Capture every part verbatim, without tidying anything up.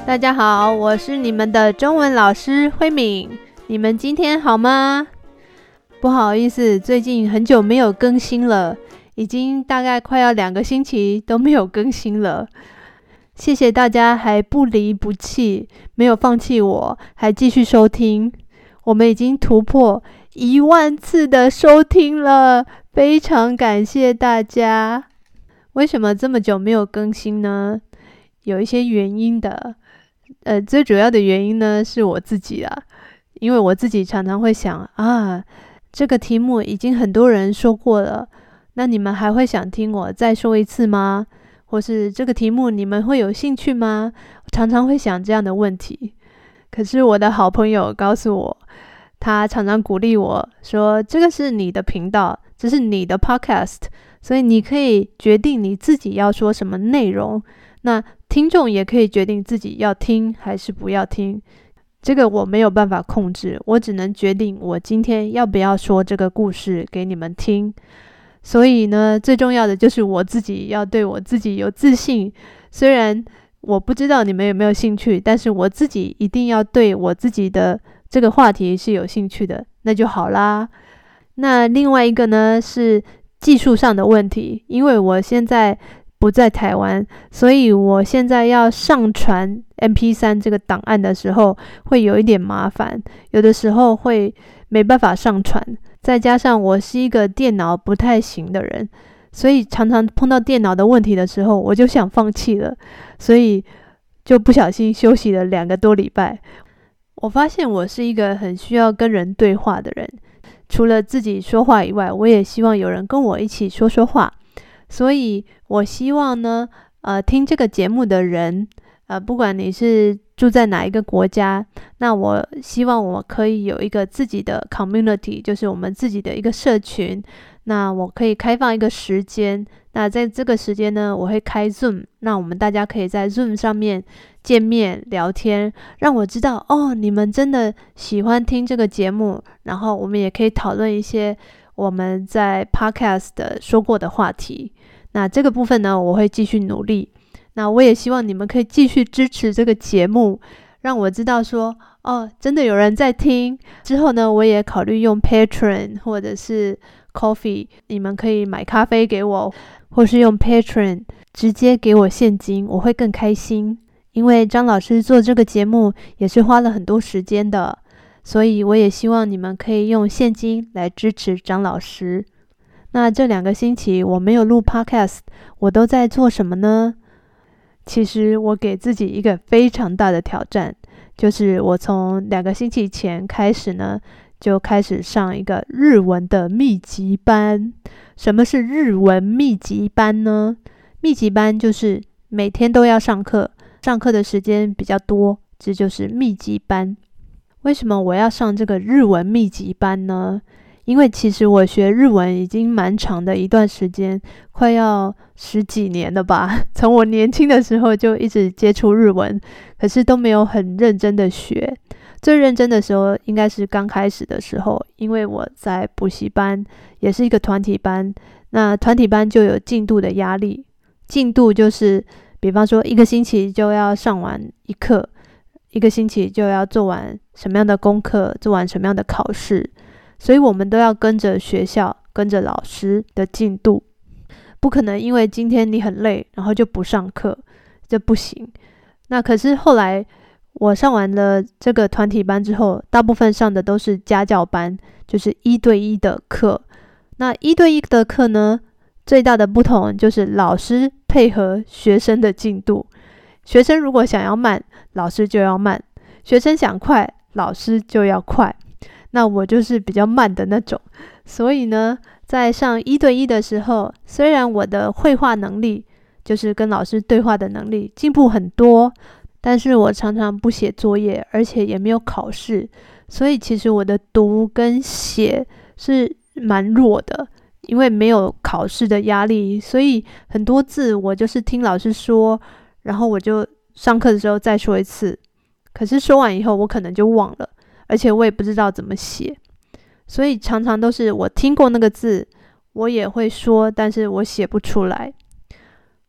大家好，我是你们的中文老师慧敏，你们今天好吗？不好意思，最近很久没有更新了，已经大概快要两个星期都没有更新了。谢谢大家还不离不弃，没有放弃我，还继续收听。我们已经突破一万次的收听了，非常感谢大家。为什么这么久没有更新呢？有一些原因的。呃，最主要的原因呢是我自己啦，因为我自己常常会想啊，这个题目已经很多人说过了，那你们还会想听我再说一次吗？或是这个题目你们会有兴趣吗？我常常会想这样的问题。可是我的好朋友告诉我，他常常鼓励我说，这个是你的频道，这是你的 podcast， 所以你可以决定你自己要说什么内容，那听众也可以决定自己要听还是不要听，这个我没有办法控制，我只能决定我今天要不要说这个故事给你们听。所以呢，最重要的就是我自己要对我自己有自信，虽然我不知道你们有没有兴趣，但是我自己一定要对我自己的这个话题是有兴趣的，那就好啦。那另外一个呢，是技术上的问题，因为我现在不在台湾，所以我现在要上传 M P 三 这个档案的时候会有一点麻烦，有的时候会没办法上传，再加上我是一个电脑不太行的人，所以常常碰到电脑的问题的时候我就想放弃了，所以就不小心休息了两个多礼拜。我发现我是一个很需要跟人对话的人，除了自己说话以外，我也希望有人跟我一起说说话，所以我希望呢，呃，听这个节目的人，呃，不管你是住在哪一个国家，那我希望我可以有一个自己的 community， 就是我们自己的一个社群。那我可以开放一个时间，那在这个时间呢，我会开 Zoom， 那我们大家可以在 Zoom 上面见面聊天，让我知道哦，你们真的喜欢听这个节目，然后我们也可以讨论一些我们在 Podcast 的说过的话题。那这个部分呢，我会继续努力。那我也希望你们可以继续支持这个节目，让我知道说，哦，真的有人在听。之后呢，我也考虑用 Patreon 或者是 Coffee， 你们可以买咖啡给我，或是用 Patreon 直接给我现金，我会更开心。因为张老师做这个节目也是花了很多时间的，所以我也希望你们可以用现金来支持张老师。那这两个星期我没有录 podcast， 我都在做什么呢？其实我给自己一个非常大的挑战，就是我从两个星期前开始呢，就开始上一个日文的密集班。什么是日文密集班呢？密集班就是每天都要上课，上课的时间比较多，这就是密集班。为什么我要上这个日文密集班呢？因为其实我学日文已经蛮长的一段时间，快要十几年了吧。从我年轻的时候就一直接触日文，可是都没有很认真的学。最认真的时候应该是刚开始的时候，因为我在补习班，也是一个团体班。那团体班就有进度的压力，进度就是比方说一个星期就要上完一课，一个星期就要做完什么样的功课，做完什么样的考试，所以我们都要跟着学校，跟着老师的进度，不可能因为今天你很累，然后就不上课，这不行。那可是后来我上完了这个团体班之后，大部分上的都是家教班，就是一对一的课。那一对一的课呢，最大的不同就是老师配合学生的进度。学生如果想要慢，老师就要慢；学生想快，老师就要快。那我就是比较慢的那种，所以呢，在上一对一的时候，虽然我的绘画能力，就是跟老师对话的能力进步很多，但是我常常不写作业，而且也没有考试，所以其实我的读跟写是蛮弱的，因为没有考试的压力，所以很多字我就是听老师说，然后我就上课的时候再说一次，可是说完以后我可能就忘了，而且我也不知道怎么写，所以常常都是我听过那个字，我也会说，但是我写不出来。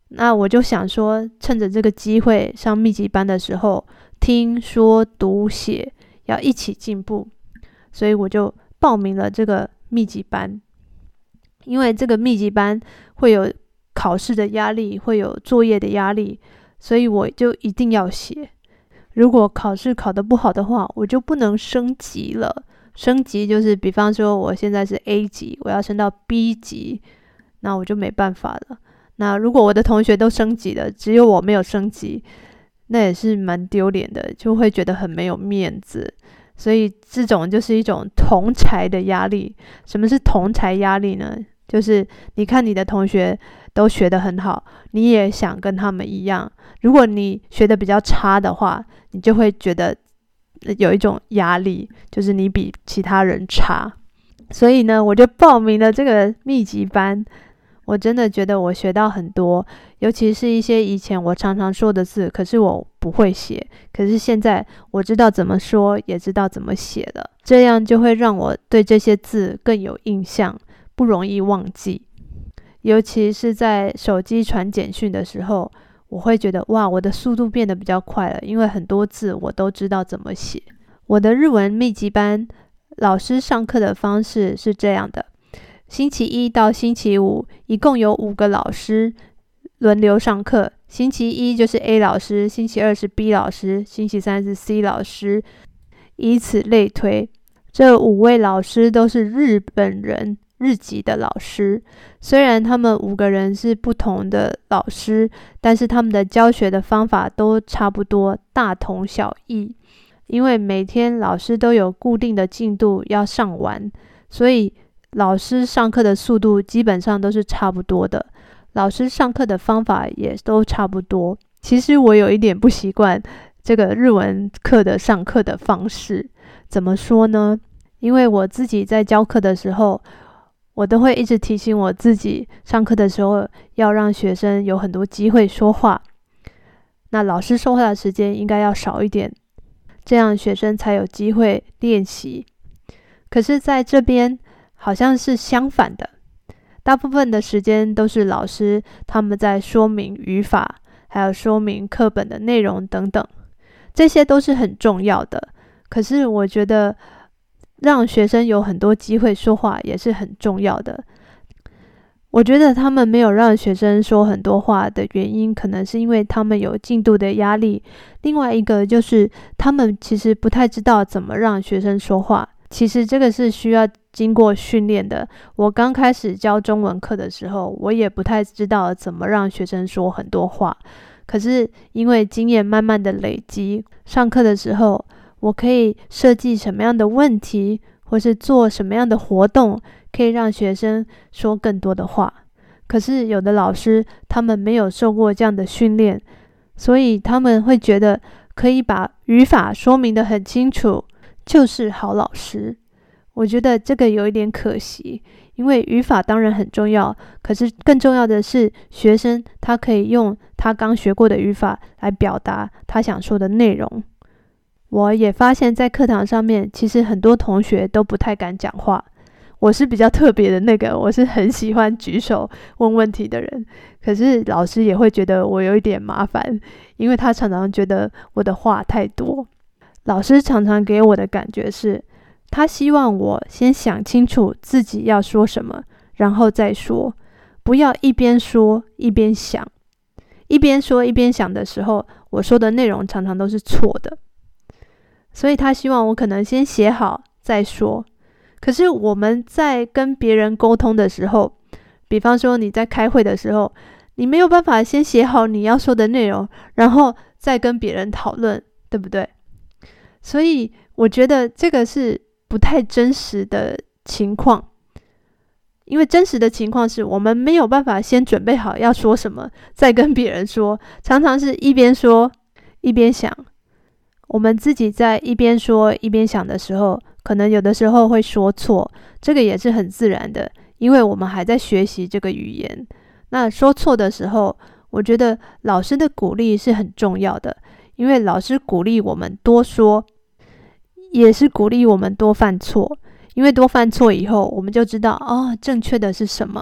那我就想说，趁着这个机会上密集班的时候，听说读写要一起进步，所以我就报名了这个密集班。因为这个密集班会有考试的压力，会有作业的压力，所以我就一定要写。如果考试考得不好的话，我就不能升级了。升级就是比方说我现在是 A 级，我要升到 B 级，那我就没办法了。那如果我的同学都升级了，只有我没有升级，那也是蛮丢脸的，就会觉得很没有面子。所以这种就是一种同儕的压力。什么是同儕压力呢？就是你看你的同学都学得很好，你也想跟他们一样。如果你学得比较差的话，你就会觉得有一种压力，就是你比其他人差。所以呢，我就报名了这个密集班。我真的觉得我学到很多，尤其是一些以前我常常说的字，可是我不会写，可是现在我知道怎么说，也知道怎么写了，这样就会让我对这些字更有印象，不容易忘记。尤其是在手机传简讯的时候，我会觉得哇，我的速度变得比较快了，因为很多字我都知道怎么写。我的日文密集班老师上课的方式是这样的，星期一到星期五一共有五个老师轮流上课，星期一就是 A 老师，星期二是 B 老师，星期三是 C 老师，以此类推。这五位老师都是日本人，日籍的老师。虽然他们五个人是不同的老师，但是他们的教学的方法都差不多，大同小异。因为每天老师都有固定的进度要上完，所以老师上课的速度基本上都是差不多的，老师上课的方法也都差不多。其实我有一点不习惯这个日文课的上课的方式，怎么说呢？因为我自己在教课的时候，我都会一直提醒我自己，上课的时候要让学生有很多机会说话，那老师说话的时间应该要少一点，这样学生才有机会练习。可是在这边好像是相反的，大部分的时间都是老师他们在说明语法，还有说明课本的内容等等，这些都是很重要的。可是我觉得让学生有很多机会说话也是很重要的。我觉得他们没有让学生说很多话的原因，可能是因为他们有进度的压力，另外一个就是他们其实不太知道怎么让学生说话。其实这个是需要经过训练的。我刚开始教中文课的时候，我也不太知道怎么让学生说很多话，可是因为经验慢慢的累积，上课的时候我可以设计什么样的问题，或是做什么样的活动，可以让学生说更多的话。可是有的老师他们没有受过这样的训练，所以他们会觉得可以把语法说明得很清楚就是好老师。我觉得这个有一点可惜，因为语法当然很重要，可是更重要的是学生他可以用他刚学过的语法来表达他想说的内容。我也发现在课堂上面，其实很多同学都不太敢讲话。我是比较特别的那个，我是很喜欢举手问问题的人，可是老师也会觉得我有一点麻烦，因为他常常觉得我的话太多。老师常常给我的感觉是，他希望我先想清楚自己要说什么，然后再说，不要一边说一边想。一边说一边想的时候，我说的内容常常都是错的。所以他希望我可能先写好再说。可是我们在跟别人沟通的时候，比方说你在开会的时候，你没有办法先写好你要说的内容，然后再跟别人讨论，对不对？所以我觉得这个是不太真实的情况，因为真实的情况是我们没有办法先准备好要说什么，再跟别人说，常常是一边说一边想。我们自己在一边说一边想的时候，可能有的时候会说错，这个也是很自然的，因为我们还在学习这个语言。那说错的时候，我觉得老师的鼓励是很重要的，因为老师鼓励我们多说，也是鼓励我们多犯错。因为多犯错以后，我们就知道哦，正确的是什么，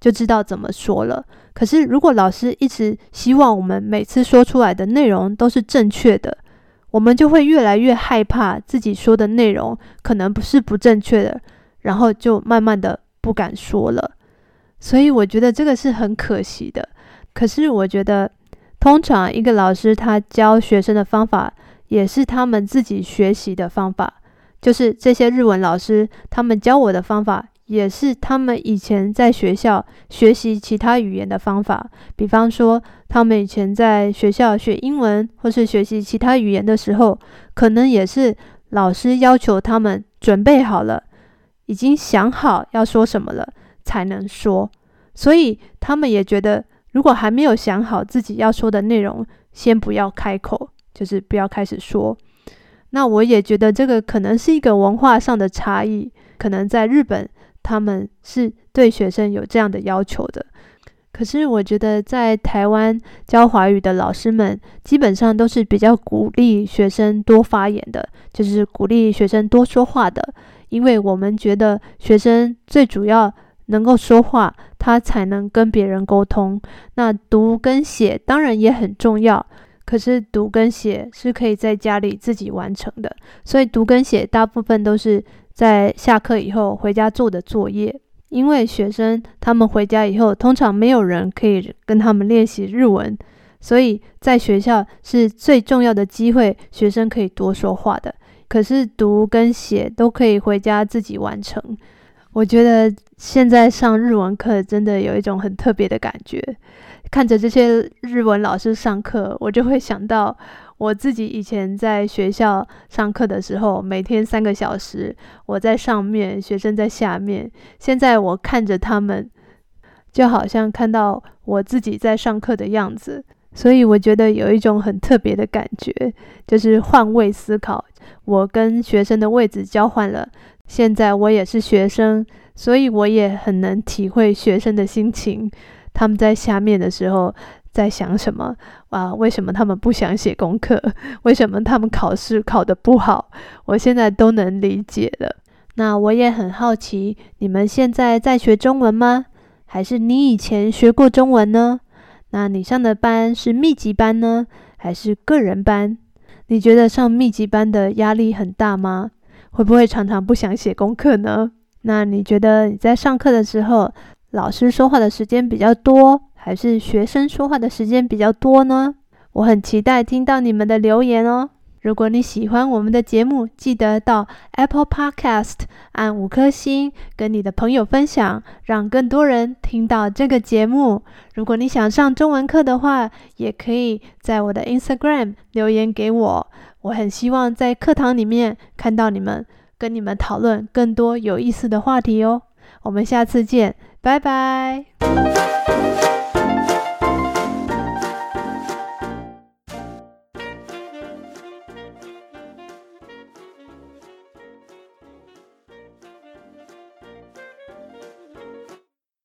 就知道怎么说了。可是如果老师一直希望我们每次说出来的内容都是正确的，我们就会越来越害怕自己说的内容可能不是不正确的，然后就慢慢的不敢说了。所以我觉得这个是很可惜的。可是我觉得通常一个老师他教学生的方法也是他们自己学习的方法，就是这些日文老师他们教我的方法也是他们以前在学校学习其他语言的方法。比方说他们以前在学校学英文或是学习其他语言的时候，可能也是老师要求他们准备好了，已经想好要说什么了才能说。所以他们也觉得如果还没有想好自己要说的内容，先不要开口，就是不要开始说。那我也觉得这个可能是一个文化上的差异，可能在日本他们是对学生有这样的要求的。可是我觉得在台湾教华语的老师们基本上都是比较鼓励学生多发言的，就是鼓励学生多说话的。因为我们觉得学生最主要能够说话，他才能跟别人沟通。那读跟写当然也很重要，可是读跟写是可以在家里自己完成的，所以读跟写大部分都是在下课以后回家做的作业。因为学生他们回家以后通常没有人可以跟他们练习日文，所以在学校是最重要的机会，学生可以多说话的。可是读跟写都可以回家自己完成。我觉得现在上日文课真的有一种很特别的感觉，看着这些日文老师上课，我就会想到我自己以前在学校上课的时候，每天三个小时，我在上面，学生在下面。现在我看着他们，就好像看到我自己在上课的样子。所以我觉得有一种很特别的感觉，就是换位思考，我跟学生的位置交换了，现在我也是学生，所以我也很能体会学生的心情，他们在下面的时候在想什么啊？为什么他们不想写功课？为什么他们考试考得不好？我现在都能理解了。那我也很好奇，你们现在在学中文吗？还是你以前学过中文呢？那你上的班是密集班呢，还是个人班？你觉得上密集班的压力很大吗？会不会常常不想写功课呢？那你觉得你在上课的时候，老师说话的时间比较多，还是学生说话的时间比较多呢？我很期待听到你们的留言哦。如果你喜欢我们的节目，记得到 Apple Podcast 按五颗星，跟你的朋友分享，让更多人听到这个节目。如果你想上中文课的话，也可以在我的 Instagram 留言给我，我很希望在课堂里面看到你们，跟你们讨论更多有意思的话题哦。我们下次见，拜拜。